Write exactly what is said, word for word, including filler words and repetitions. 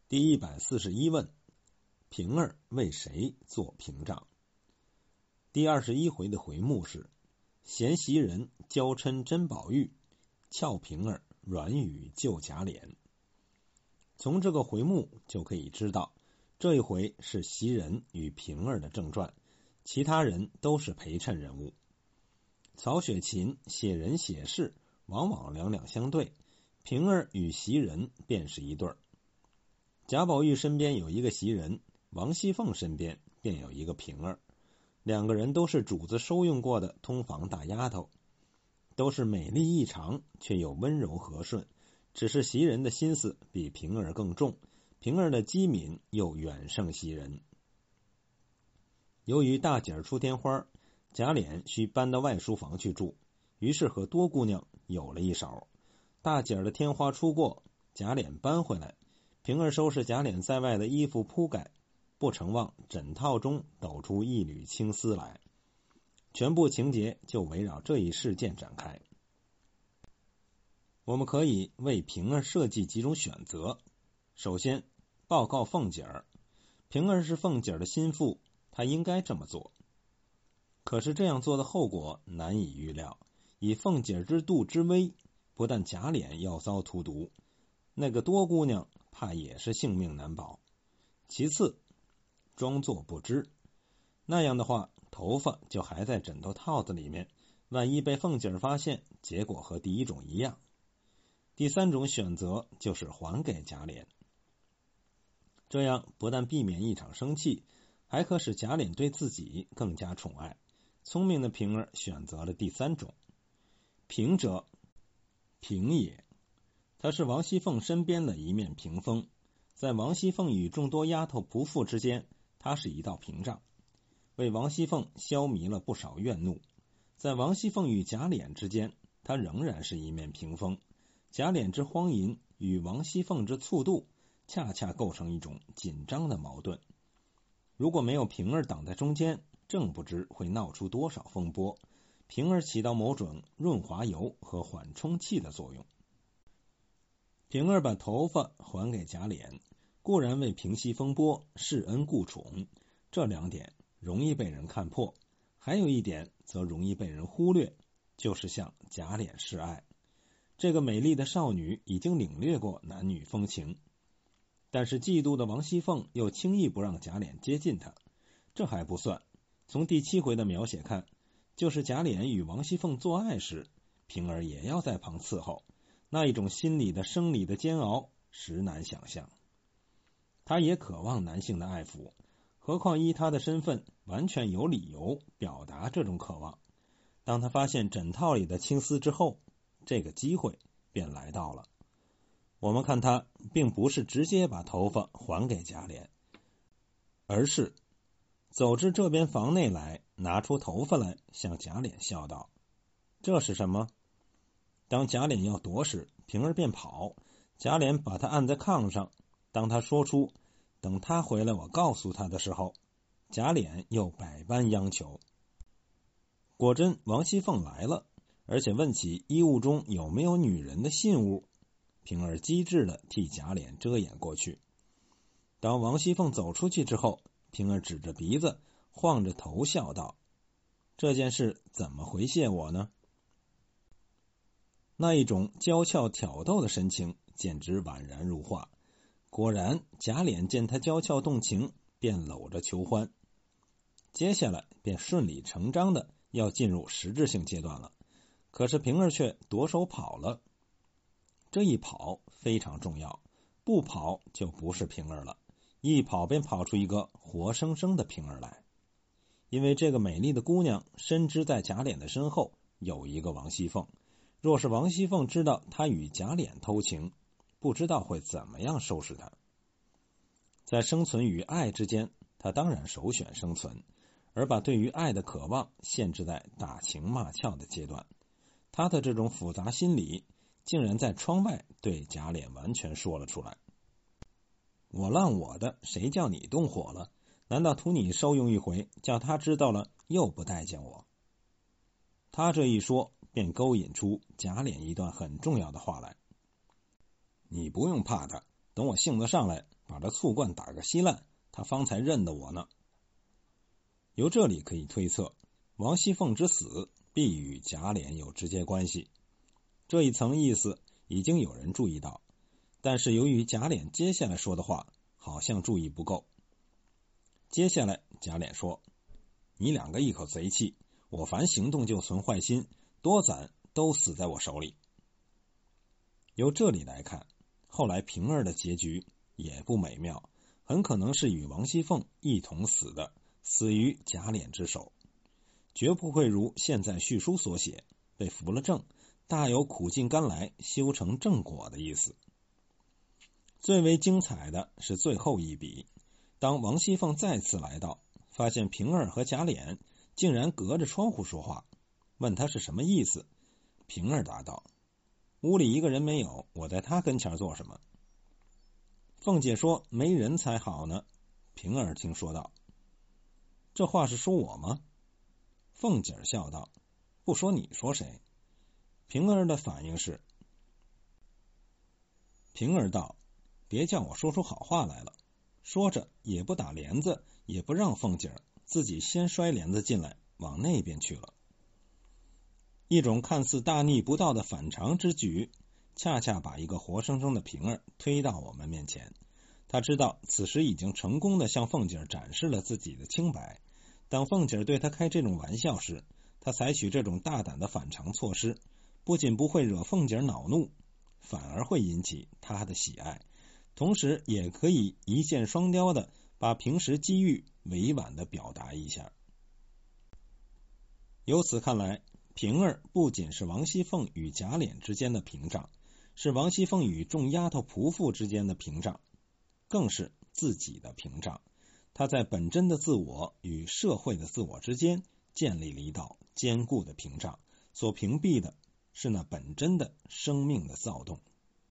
第一百四十一问：平儿为谁做屏障？第二十一回的回目是贤袭人娇嗔甄宝玉，俏平儿软语救贾琏。从这个回目就可以知道，这一回是袭人与平儿的正传，其他人都是陪衬人物。曹雪芹写人写事往往两两相对，平儿与袭人便是一对儿。贾宝玉身边有一个袭人，王熙凤身边便有一个平儿，两个人都是主子收用过的通房大丫头，都是美丽异常，却又温柔和顺，只是袭人的心思比平儿更重，平儿的机敏又远胜袭人。由于大姐儿出天花，贾琏需搬到外书房去住，于是和多姑娘有了一手。大姐儿的天花出过，贾琏搬回来，平儿收拾贾琏在外的衣服铺盖，不成望枕套中抖出一缕青丝来。全部情节就围绕这一事件展开。我们可以为平儿设计几种选择。首先，报告凤姐儿，平儿是凤姐儿的心腹，她应该这么做。可是这样做的后果难以预料，以凤姐儿之度之危，不但贾琏要遭荼毒，那个多姑娘怕也是性命难保。其次，装作不知，那样的话头发就还在枕头套子里面，万一被凤姐儿发现，结果和第一种一样。第三种选择就是还给贾琏，这样不但避免一场生气，还可使贾琏对自己更加宠爱。聪明的平儿选择了第三种。平者，平也，他是王熙凤身边的一面屏风，在王熙凤与众多丫头仆妇之间，他是一道屏障，为王熙凤消弭了不少怨怒。在王熙凤与贾琏之间，他仍然是一面屏风，贾琏之荒淫与王熙凤之醋度，恰恰构成一种紧张的矛盾。如果没有平儿挡在中间，正不知会闹出多少风波。平儿起到某种润滑油和缓冲器的作用。平儿把头发还给贾琏，固然为平息风波，示恩顾宠，这两点容易被人看破，还有一点则容易被人忽略，就是向贾琏示爱。这个美丽的少女已经领略过男女风情，但是嫉妒的王熙凤又轻易不让贾琏接近她。这还不算，从第七回的描写看，就是贾琏与王熙凤做爱时，平儿也要在旁伺候，那一种心理的生理的煎熬实难想象。她也渴望男性的爱抚，何况依她的身份，完全有理由表达这种渴望。当她发现枕套里的青丝之后，这个机会便来到了。我们看她并不是直接把头发还给贾琏，而是走至这边房内来，拿出头发来，向贾琏笑道：“这是什么？”当贾琏要躲时，平儿便跑，贾琏把他按在炕上。当他说出“等他回来我告诉他”的时候，贾琏又百般央求。果真王熙凤来了，而且问起衣物中有没有女人的信物，平儿机智地替贾琏遮掩过去。当王熙凤走出去之后，平儿指着鼻子，晃着头笑道：“这件事怎么回谢我呢？”那一种娇俏挑逗的神情简直宛然如画。果然贾琏见他娇俏动情，便搂着求欢。接下来便顺理成章的要进入实质性阶段了，可是平儿却夺手跑了。这一跑非常重要，不跑就不是平儿了，一跑便跑出一个活生生的平儿来。因为这个美丽的姑娘深知在贾琏的身后有一个王熙凤，若是王熙凤知道她与贾琏偷情，不知道会怎么样收拾她。在生存与爱之间，她当然首选生存，而把对于爱的渴望限制在打情骂俏的阶段。她的这种复杂心理竟然在窗外对贾琏完全说了出来：“我浪我的，谁叫你动火了？难道图你受用一回，叫他知道了又不待见我？”他这一说便勾引出贾琏一段很重要的话来：“你不用怕他，等我性子上来， 把这醋罐打个稀烂，他方才认得我呢。由这里可以推测，王熙凤之死必与贾琏有直接关系。这一层意思已经有人注意到，但是由于贾琏接下来说的话好像注意不够。接下来贾琏说，你两个一口贼气，我凡行动就存坏心，多攒都死在我手里。由这里来看，后来平儿的结局也不美妙，很可能是与王熙凤一同死的，死于贾琏之手，绝不会如现在叙书所写，被扶了正，大有苦尽甘来，修成正果的意思。最为精彩的是最后一笔，当王熙凤再次来到，发现平儿和贾琏竟然隔着窗户说话，问他是什么意思。平儿答道，屋里一个人没有，我在他跟前做什么？凤姐说，没人才好呢。平儿听说道，这话是说我吗？凤姐笑道，不说你说谁？平儿的反应是，平儿道，别叫我说出好话来了。说着也不打帘子，也不让凤姐，自己先摔帘子进来，往那边去了。一种看似大逆不道的反常之举，恰恰把一个活生生的平儿推到我们面前。他知道此时已经成功地向凤姐展示了自己的清白，当凤姐对他开这种玩笑时，他采取这种大胆的反常措施，不仅不会惹凤姐恼怒，反而会引起她的喜爱，同时也可以一箭双雕的把平时机遇委婉的表达一下。由此看来，平儿不仅是王熙凤与贾琏之间的屏障，是王熙凤与众丫头仆妇之间的屏障，更是自己的屏障。她在本真的自我与社会的自我之间建立了一道坚固的屏障，所屏蔽的是那本真的生命的躁动。